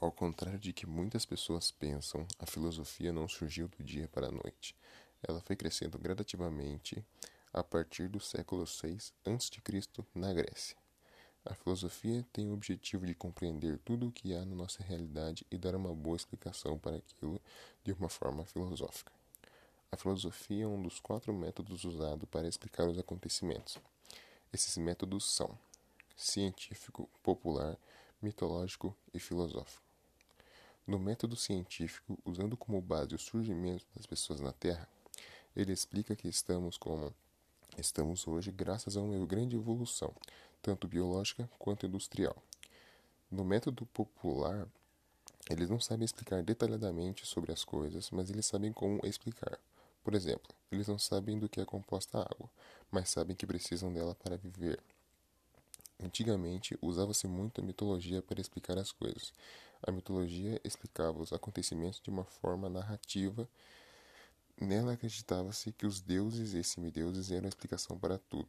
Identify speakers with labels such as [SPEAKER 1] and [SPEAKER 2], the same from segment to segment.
[SPEAKER 1] Ao contrário de que muitas pessoas pensam, a filosofia não surgiu do dia para a noite. Ela foi crescendo gradativamente a partir do século VI a.C. na Grécia. A filosofia tem o objetivo de compreender tudo o que há na nossa realidade e dar uma boa explicação para aquilo de uma forma filosófica. A filosofia é um dos 4 métodos usados para explicar os acontecimentos. Esses métodos são científico, popular, mitológico e filosófico. No método científico, usando como base o surgimento das pessoas na Terra, ele explica que estamos como estamos hoje graças a uma grande evolução, tanto biológica quanto industrial. No método popular, eles não sabem explicar detalhadamente sobre as coisas, mas eles sabem como explicar. Por exemplo, eles não sabem do que é composta a água, mas sabem que precisam dela para viver. Antigamente, usava-se muito a mitologia para explicar as coisas. A mitologia explicava os acontecimentos de uma forma narrativa. Nela acreditava-se que os deuses e semideuses eram a explicação para tudo.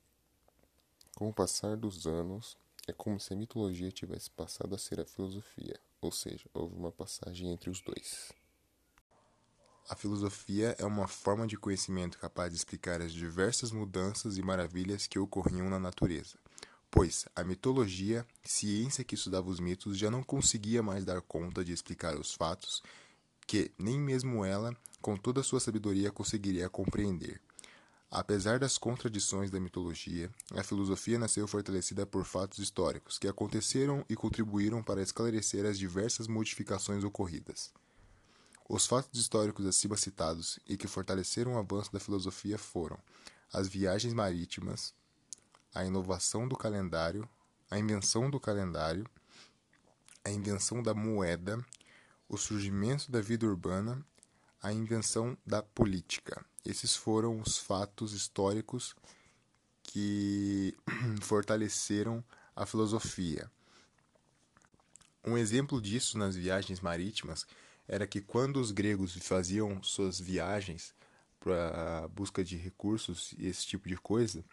[SPEAKER 1] Com o passar dos anos, é como se a mitologia tivesse passado a ser a filosofia, ou seja, houve uma passagem entre os dois. A filosofia é uma forma de conhecimento capaz de explicar as diversas mudanças e maravilhas que ocorriam na natureza, pois a mitologia, ciência que estudava os mitos, já não conseguia mais dar conta de explicar os fatos que nem mesmo ela, com toda a sua sabedoria, conseguiria compreender. Apesar das contradições da mitologia, a filosofia nasceu fortalecida por fatos históricos que aconteceram e contribuíram para esclarecer as diversas modificações ocorridas. Os fatos históricos acima citados e que fortaleceram o avanço da filosofia foram as viagens marítimas, a inovação do calendário, a invenção do calendário, a invenção da moeda, o surgimento da vida urbana, a invenção da política. Esses foram os fatos históricos que fortaleceram a filosofia. Um exemplo disso nas viagens marítimas era que quando os gregos faziam suas viagens para busca de recursos e esse tipo de coisa,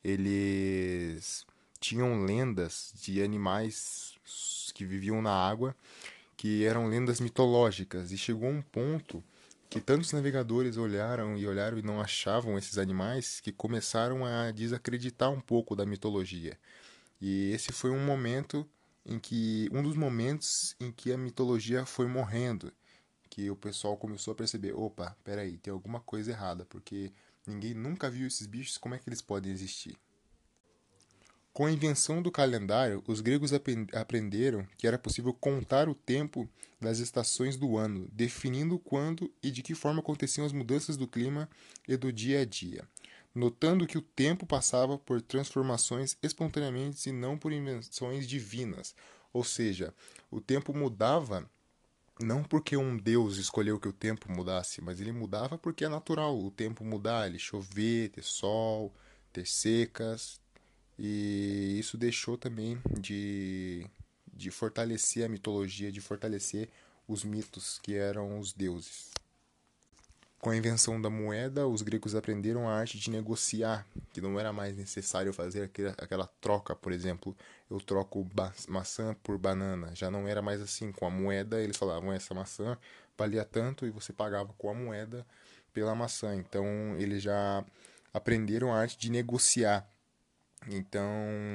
[SPEAKER 1] eles tinham lendas de animais que viviam na água, que eram lendas mitológicas, e chegou um ponto que tantos navegadores olharam e não achavam esses animais que começaram a desacreditar um pouco da mitologia. E esse foi um dos momentos em que a mitologia foi morrendo, que o pessoal começou a perceber, opa, peraí, tem alguma coisa errada, porque ninguém nunca viu esses bichos, como é que eles podem existir? Com a invenção do calendário, os gregos aprenderam que era possível contar o tempo das estações do ano, definindo quando e de que forma aconteciam as mudanças do clima e do dia a dia, notando que o tempo passava por transformações espontaneamente e não por invenções divinas. Ou seja, o tempo mudava não porque um deus escolheu que o tempo mudasse, mas ele mudava porque é natural o tempo mudar, ele chover, ter sol, ter secas, e isso deixou também de fortalecer a mitologia, de fortalecer os mitos que eram os deuses. Com a invenção da moeda, os gregos aprenderam a arte de negociar, que não era mais necessário fazer aquela troca, por exemplo, eu troco maçã por banana. Já não era mais assim. Com a moeda, eles falavam, essa maçã valia tanto e você pagava com a moeda pela maçã. Então, eles já aprenderam a arte de negociar. Então,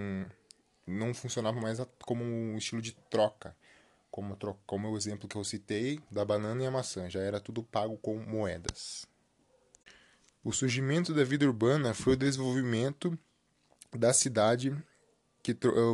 [SPEAKER 1] não funcionava mais como um estilo de troca, como o exemplo que eu citei da banana e a maçã, já era tudo pago com moedas. O surgimento da vida urbana foi o desenvolvimento da cidade que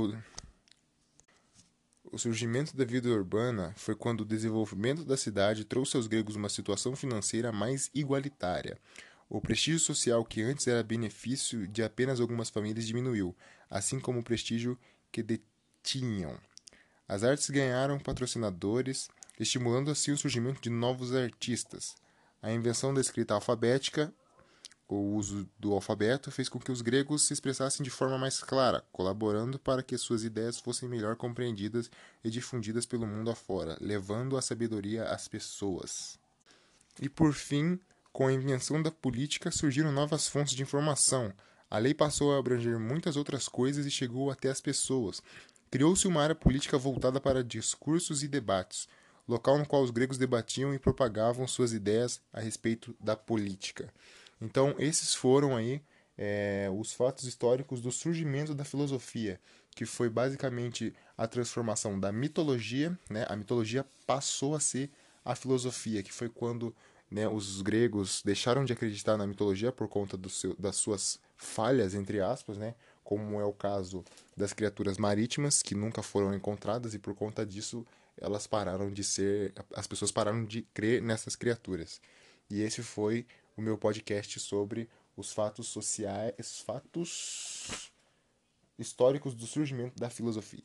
[SPEAKER 1] o surgimento da vida urbana foi quando o desenvolvimento da cidade trouxe aos gregos uma situação financeira mais igualitária. O prestígio social que antes era benefício de apenas algumas famílias diminuiu, assim como o prestígio que detinham. As artes ganharam patrocinadores, estimulando assim o surgimento de novos artistas. A invenção da escrita alfabética, o uso do alfabeto, fez com que os gregos se expressassem de forma mais clara, colaborando para que suas ideias fossem melhor compreendidas e difundidas pelo mundo afora, levando a sabedoria às pessoas. E por fim, com a invenção da política surgiram novas fontes de informação. A lei passou a abranger muitas outras coisas e chegou até as pessoas, Criou-se uma área política voltada para discursos e debates, local no qual os gregos debatiam e propagavam suas ideias a respeito da política. Então, esses foram aí os fatos históricos do surgimento da filosofia, que foi basicamente a transformação da mitologia, né? A mitologia passou a ser a filosofia, que foi quando, né, os gregos deixaram de acreditar na mitologia por conta das suas falhas, entre aspas, né? Como é o caso das criaturas marítimas, que nunca foram encontradas, e por conta disso elas pararam de ser, as pessoas pararam de crer nessas criaturas. E esse foi o meu podcast sobre os fatos sociais, fatos históricos do surgimento da filosofia.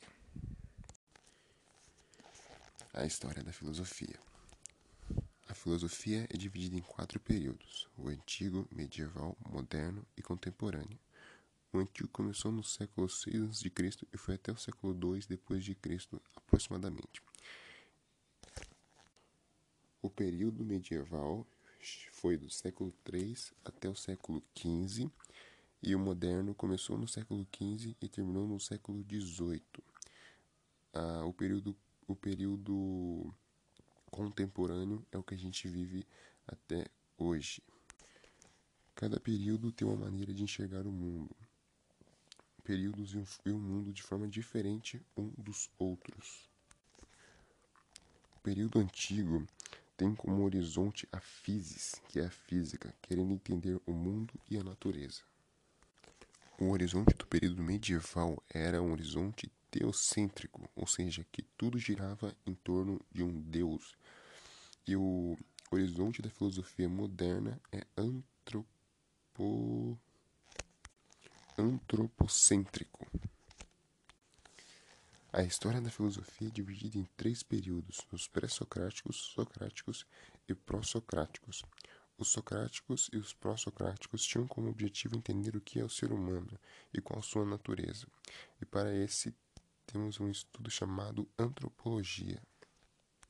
[SPEAKER 1] A história da filosofia. A filosofia é dividida em 4 períodos: o antigo, medieval, moderno e contemporâneo. O antigo começou no século 6 a.C. e foi até o século 2 depois de Cristo, aproximadamente. O período medieval foi do século 3 até o século 15 e o moderno começou no século 15 e terminou no século 18. O período contemporâneo é o que a gente vive até hoje. Cada período tem uma maneira de enxergar o mundo. Períodos e o mundo de forma diferente um dos outros. O período antigo tem como horizonte a physis, que é a física, querendo entender o mundo e a natureza. O horizonte do período medieval era um horizonte teocêntrico, ou seja, que tudo girava em torno de um deus. E o horizonte da filosofia moderna é antropocêntrico. A história da filosofia é dividida em 3 períodos: os pré-socráticos, socráticos e pró-socráticos. Os socráticos e os pró-socráticos tinham como objetivo entender o que é o ser humano e qual sua natureza. E para esse temos um estudo chamado antropologia.